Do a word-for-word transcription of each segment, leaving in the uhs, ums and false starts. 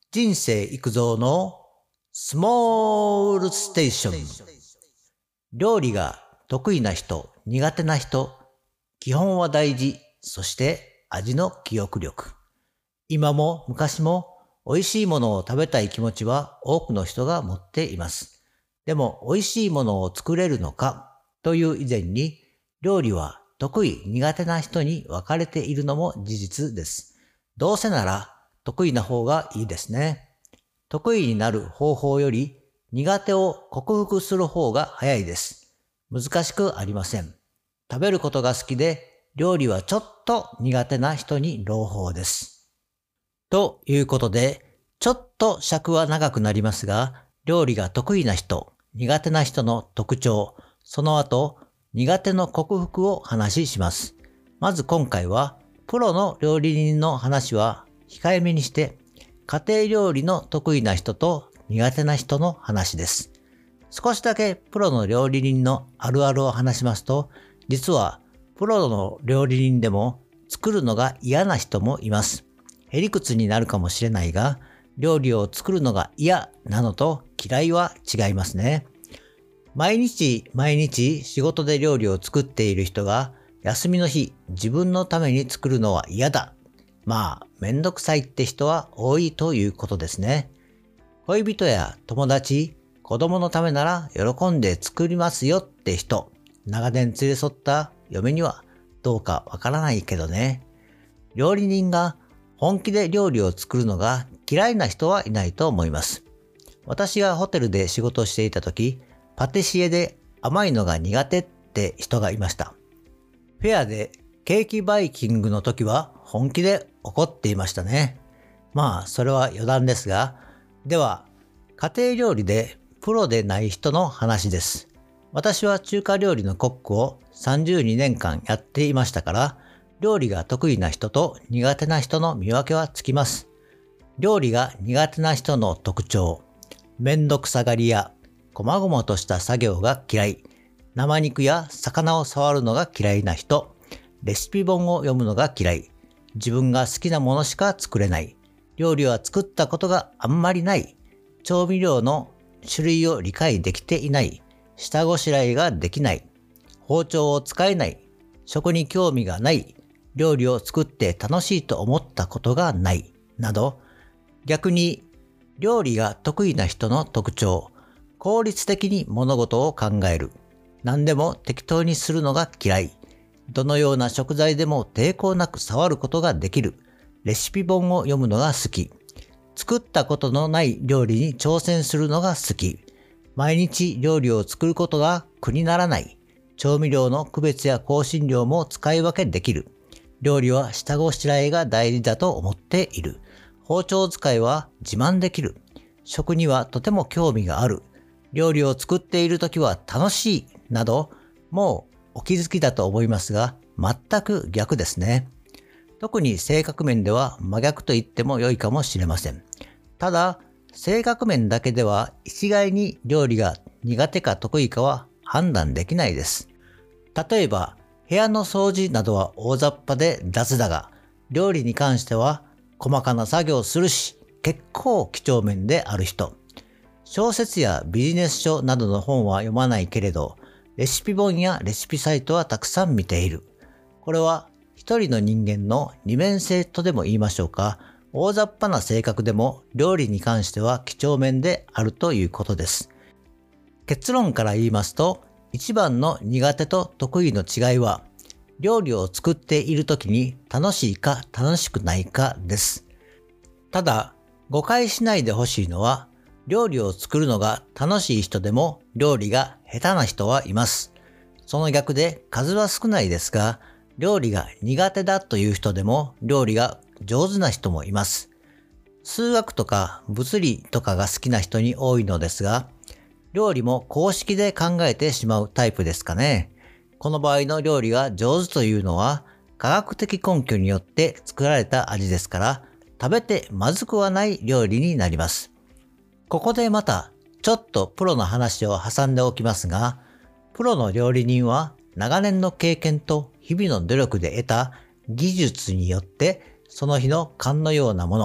人生育造のスモールステーション。料理が得意な人、苦手な人、基本は大事、そして味の記憶力。今も昔も美味しいものを食べたい気持ちは多くの人が持っています。でも美味しいものを作れるのかという以前に、料理は得意苦手な人に分かれているのも事実です。どうせなら得意な方がいいですね。得意になる方法より苦手を克服する方が早いです。難しくありません。食べることが好きで料理はちょっと苦手な人に朗報です。ということで、ちょっと尺は長くなりますが、料理が得意な人、苦手な人の特徴、その後、苦手の克服を話します。まず今回は、プロの料理人の話は控えめにして、家庭料理の得意な人と苦手な人の話です。少しだけプロの料理人のあるあるを話しますと、実はプロの料理人でも作るのが嫌な人もいます。へりくつになるかもしれないが、料理を作るのが嫌なのと嫌いは違いますね。毎日毎日仕事で料理を作っている人が休みの日自分のために作るのは嫌だ。まあめんどくさいって人は多いということですね。恋人や友達、子供のためなら喜んで作りますよって人、長年連れ添った嫁にはどうかわからないけどね。料理人が本気で料理を作るのが嫌いな人はいないと思います。私がホテルで仕事をしていた時、パティシエで甘いのが苦手って人がいました。フェアでケーキバイキングの時は本気で怒っていましたね。まあそれは余談ですが、では家庭料理でプロでない人の話です。私は中華料理のコックをさんじゅうにねんかんやっていましたから、料理が得意な人と苦手な人の見分けはつきます。料理が苦手な人の特徴、めんどくさがりやこまごまとした作業が嫌い、生肉や魚を触るのが嫌いな人、レシピ本を読むのが嫌い、自分が好きなものしか作れない、料理は作ったことがあんまりない、調味料の種類を理解できていない、下ごしらえができない、包丁を使えない、食に興味がない、料理を作って楽しいと思ったことがない、など、逆に料理が得意な人の特徴、効率的に物事を考える、何でも適当にするのが嫌い、どのような食材でも抵抗なく触ることができる、レシピ本を読むのが好き、作ったことのない料理に挑戦するのが好き、毎日料理を作ることが苦にならない、調味料の区別や香辛料も使い分けできる、料理は下ごしらえが大事だと思っている、包丁使いは自慢できる、食にはとても興味がある、料理を作っているときは楽しいなど、もうお気づきだと思いますが、全く逆ですね。特に性格面では真逆と言っても良いかもしれません。ただ、性格面だけでは一概に料理が苦手か得意かは判断できないです。例えば、部屋の掃除などは大雑把で雑だが、料理に関しては細かな作業をするし、結構几帳面である人。小説やビジネス書などの本は読まないけれど、レシピ本やレシピサイトはたくさん見ている。これは一人の人間の二面性とでも言いましょうか、大雑把な性格でも料理に関しては几帳面であるということです。結論から言いますと、一番の苦手と得意の違いは、料理を作っている時に楽しいか楽しくないかです。ただ、誤解しないでほしいのは、料理を作るのが楽しい人でも料理が下手な人はいます。その逆で数は少ないですが、料理が苦手だという人でも料理が上手な人もいます。数学とか物理とかが好きな人に多いのですが、料理も公式で考えてしまうタイプですかね。この場合の料理が上手というのは科学的根拠によって作られた味ですから、食べてまずくはない料理になります。ここでまたちょっとプロの話を挟んでおきますが、プロの料理人は長年の経験と日々の努力で得た技術によってその日の勘のようなもの、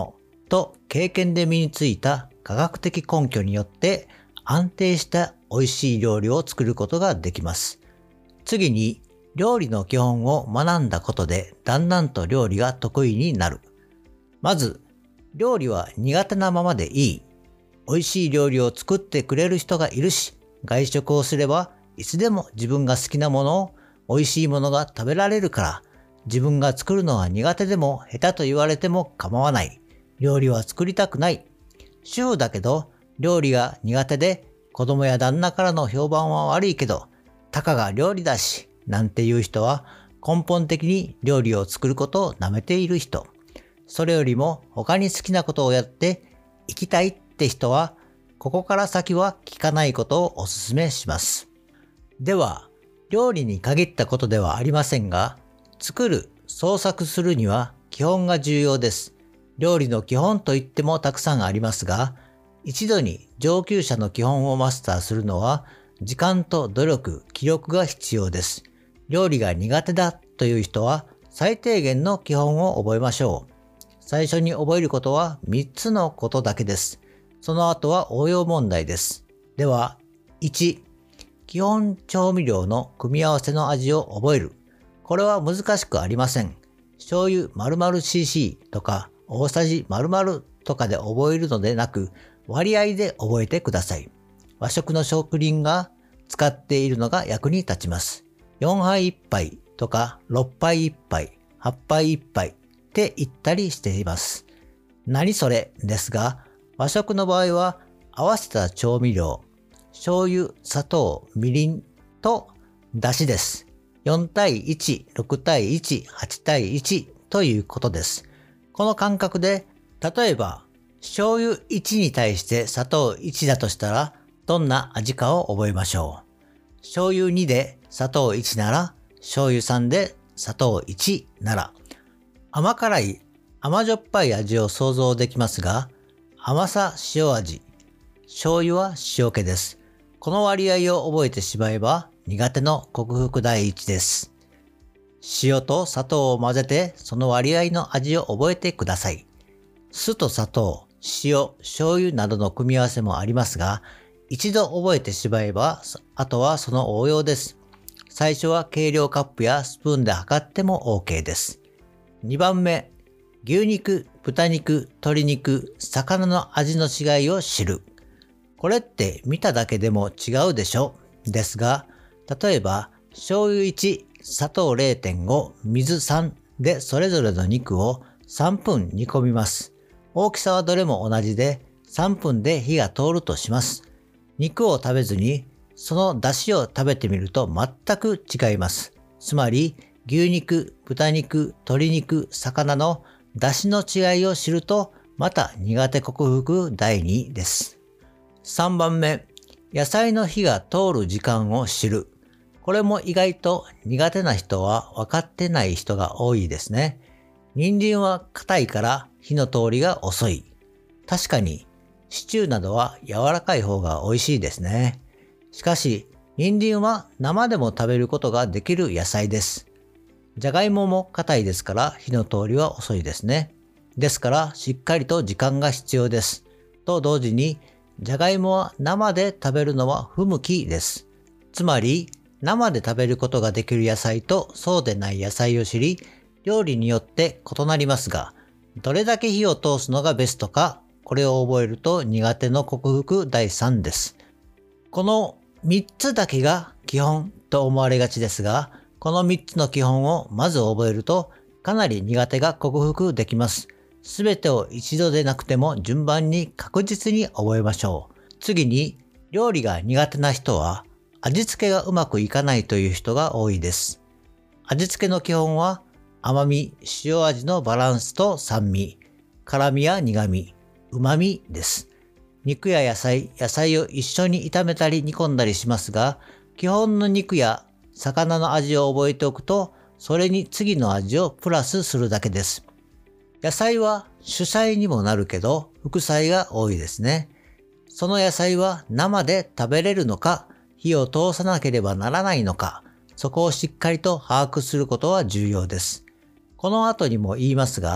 と経験で身についた科学的根拠によって安定した美味しい料理を作ることができます。次に、料理の基本を学んだことでだんだんと料理が得意になる。まず、料理は苦手なままでいい。美味しい料理を作ってくれる人がいるし、外食をすればいつでも自分が好きなものを美味しいものが食べられるから、自分が作るのは苦手でも下手と言われても構わない。料理は作りたくない。主婦だけど料理が苦手で子供や旦那からの評判は悪いけど、たかが料理だし、なんていう人は根本的に料理を作ることを舐めている人。それよりも他に好きなことをやって生きたいって人は、ここから先は聞かないことをお勧めします。では、料理に限ったことではありませんが、作る、創作するには基本が重要です。料理の基本といってもたくさんありますが、一度に上級者の基本をマスターするのは、時間と努力、気力が必要です。料理が苦手だという人は、最低限の基本を覚えましょう。最初に覚えることはみっつのことだけです。その後は応用問題です。では、いち、基本調味料の組み合わせの味を覚える。これは難しくありません。醤油 〇〇シーシー とか大さじ〇〇とかで覚えるのでなく、割合で覚えてください。和食の職人が使っているのが役に立ちます。よんはいいっぱいとかろっぱいいっぱい、はっぱいいっぱいって言ったりしています。何それですが、和食の場合は合わせた調味料、醤油、砂糖、みりんとだしです。よんたいいち、ろくたいいち、はちたいいちということです。この感覚で、例えば醤油いちに対して砂糖いちだとしたら、どんな味かを覚えましょう。醤油にで砂糖いちなら、醤油さんで砂糖いちなら、甘辛い、甘じょっぱい味を想像できますが、甘さ塩味、醤油は塩気です。この割合を覚えてしまえば苦手の克服第一です。塩と砂糖を混ぜてその割合の味を覚えてください。酢と砂糖、塩、醤油などの組み合わせもありますが、一度覚えてしまえば、あとはその応用です。最初は計量カップやスプーンで測っても OK です。にばんめ、牛肉、豚肉、鶏肉、魚の味の違いを知る。これって見ただけでも違うでしょですが、例えば醤油いち、砂糖 れいてんご、水さんでそれぞれの肉をさんぷん煮込みます。大きさはどれも同じでさんぷんで火が通るとします。肉を食べずにその出汁を食べてみると全く違います。つまり牛肉、豚肉、鶏肉、魚の出汁の違いを知るとまた苦手克服だいにです。さんばんめ、野菜の火が通る時間を知る。これも意外と苦手な人は分かってない人が多いですね。人参は硬いから火の通りが遅い。確かにシチューなどは柔らかい方が美味しいですね。しかし人参は生でも食べることができる野菜です。じゃがいもも硬いですから火の通りは遅いですね。ですからしっかりと時間が必要です。と同時にじゃがいもは生で食べるのは不向きです。つまり生で食べることができる野菜とそうでない野菜を知り、料理によって異なりますが、どれだけ火を通すのがベストか、これを覚えると苦手の克服だいさんです。このみっつだけが基本と思われがちですが、このみっつの基本をまず覚えるとかなり苦手が克服できます。すべてを一度でなくても順番に確実に覚えましょう。次に、料理が苦手な人は味付けがうまくいかないという人が多いです。味付けの基本は甘み、塩味のバランスと酸味、辛みや苦み、旨みです。肉や野菜、野菜を一緒に炒めたり煮込んだりしますが、基本の肉や魚の味を覚えておくと、それに次の味をプラスするだけです。野菜は主菜にもなるけど副菜が多いですね。その野菜は生で食べれるのか、火を通さなければならないのか、そこをしっかりと把握することは重要です。この後にも言いますが、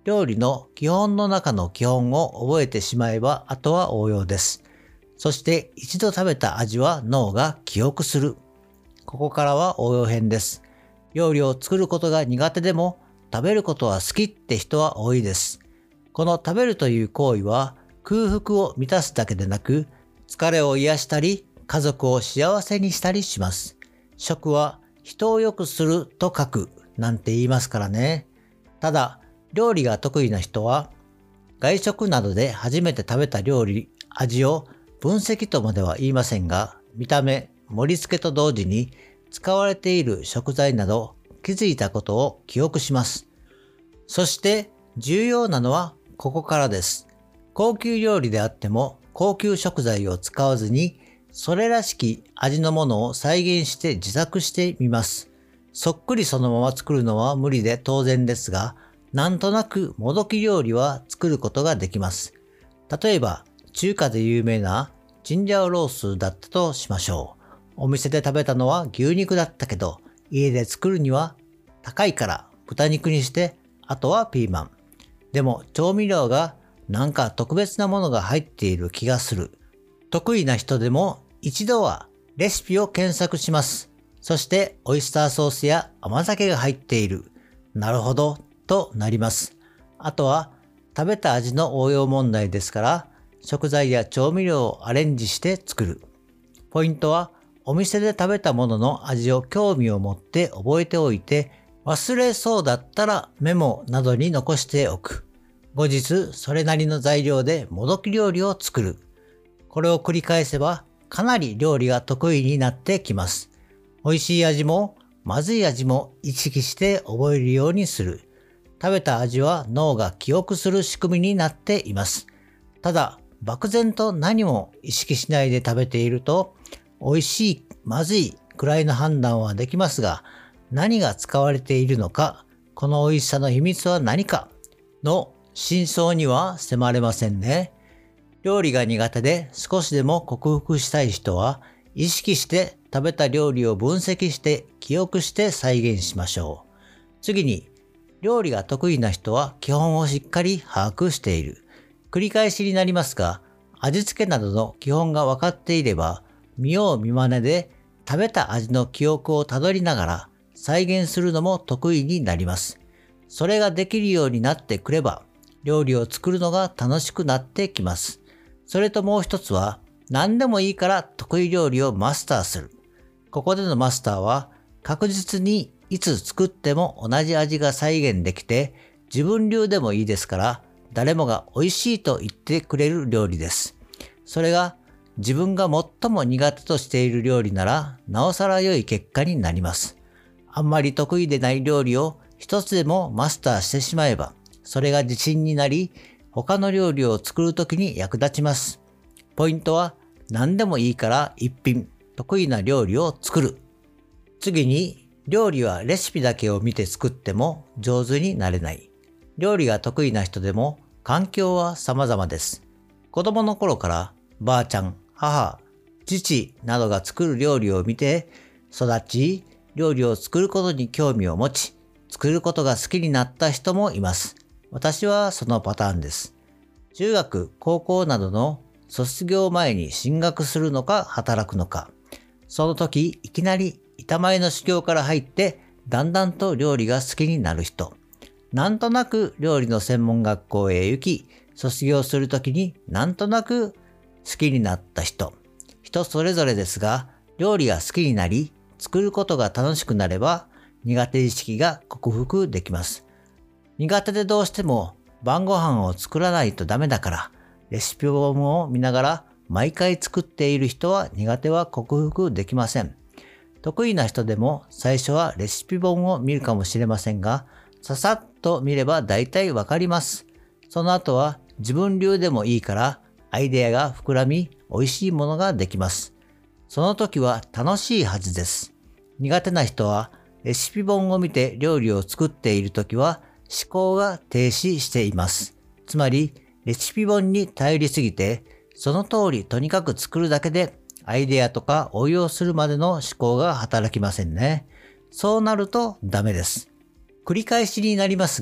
料理の基本の中の基本を覚えてしまえばあとは応用です。そして一度食べた味は脳が記憶する。ここからは応用編です。料理を作ることが苦手でも食べることは好きって人は多いです。この食べるという行為は空腹を満たすだけでなく、疲れを癒したり家族を幸せにしたりします。食は人を良くすると書くなんて言いますからね。ただ、料理が得意な人は外食などで初めて食べた料理、味を分析とまでは言いませんが、見た目、盛り付けと同時に使われている食材など気づいたことを記憶します。そして重要なのはここからです。高級料理であっても高級食材を使わずにそれらしき味のものを再現して自作してみます。そっくりそのまま作るのは無理で当然ですが、なんとなくもどき料理は作ることができます。例えば中華で有名なチンジャオロースだったとしましょう。お店で食べたのは牛肉だったけど、家で作るには高いから豚肉にして、あとはピーマン。でも調味料がなんか特別なものが入っている気がする。得意な人でも一度はレシピを検索します。そしてオイスターソースや甘酒が入っている。なるほどとなります。あとは食べた味の応用問題ですから、食材や調味料をアレンジして作る。ポイントはお店で食べたものの味を興味を持って覚えておいて、忘れそうだったらメモなどに残しておく。後日それなりの材料でもどき料理を作る。これを繰り返せばかなり料理が得意になってきます。美味しい味もまずい味も意識して覚えるようにする。食べた味は脳が記憶する仕組みになっています。ただ、漠然と何も意識しないで食べていると、美味しい、まずいくらいの判断はできますが、何が使われているのか、この美味しさの秘密は何かの真相には迫れませんね。料理が苦手で少しでも克服したい人は、意識して食べた料理を分析して記憶して再現しましょう。次に、料理が得意な人は基本をしっかり把握している。繰り返しになりますが、味付けなどの基本が分かっていれば、見よう見まねで食べた味の記憶をたどりながら再現するのも得意になります。それができるようになってくれば、料理を作るのが楽しくなってきます。それともう一つは、何でもいいから得意料理をマスターする。ここでのマスターは、確実にいつ作っても同じ味が再現できて、自分流でもいいですから、誰もが美味しいと言ってくれる料理です。それが自分が最も苦手としている料理なら、なおさら良い結果になります。あんまり得意でない料理を一つでもマスターしてしまえば、それが自信になり、他の料理を作るときに役立ちます。ポイントは何でもいいから一品、得意な料理を作る。次に、料理はレシピだけを見て作っても上手になれない。料理が得意な人でも環境は様々です。子供の頃からばあちゃん、母、父などが作る料理を見て育ち、料理を作ることに興味を持ち、作ることが好きになった人もいます。私はそのパターンです。中学、高校などの卒業前に進学するのか働くのか。その時いきなり板前の修行から入ってだんだんと料理が好きになる人。なんとなく料理の専門学校へ行き、卒業するときになんとなく好きになった人。人それぞれですが、料理が好きになり、作ることが楽しくなれば、苦手意識が克服できます。苦手でどうしても晩ご飯を作らないとダメだから、レシピ本を見ながら毎回作っている人は苦手は克服できません。得意な人でも最初はレシピ本を見るかもしれませんが、ささっと見れば大体わかります。その後は自分流でもいいからアイデアが膨らみ美味しいものができます。その時は楽しいはずです。苦手な人はレシピ本を見て料理を作っている時は思考が停止しています。つまりレシピ本に頼りすぎてその通りとにかく作るだけでアイデアとか応用するまでの思考が働きませんね。そうなるとダメです。繰り返しになりますが、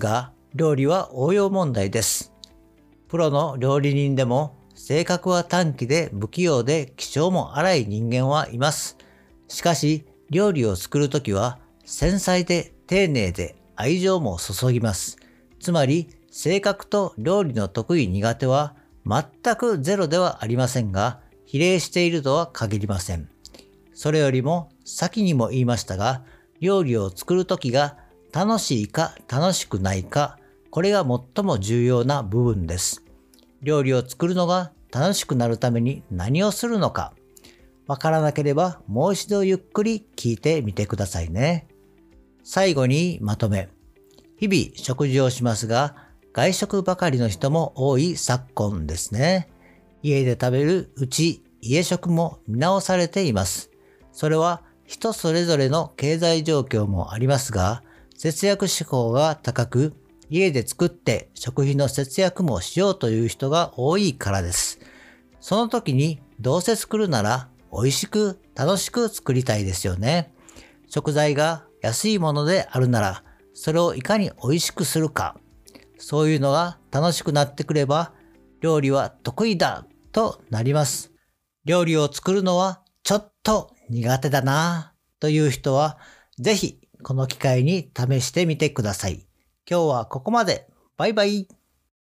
料理は応用問題です。プロの料理人でも性格は短気で不器用で気性も荒い人間はいます。しかし料理を作るときは繊細で丁寧で愛情も注ぎます。つまり性格と料理の得意苦手は全くゼロではありませんが、比例しているとは限りません。それよりも先にも言いましたが、料理を作るときが楽しいか楽しくないか、これが最も重要な部分です。料理を作るのが楽しくなるために何をするのか、わからなければもう一度ゆっくり聞いてみてくださいね。最後にまとめ。日々食事をしますが、外食ばかりの人も多い昨今ですね。家で食べるうち家食も見直されています。それは人それぞれの経済状況もありますが、節約志向が高く、家で作って食費の節約もしようという人が多いからです。その時にどうせ作るなら美味しく楽しく作りたいですよね。食材が安いものであるなら、それをいかに美味しくするか。そういうのが楽しくなってくれば、料理は得意だとなります。料理を作るのはちょっと苦手だなという人は、ぜひこの機会に試してみてください。今日はここまで。バイバイ。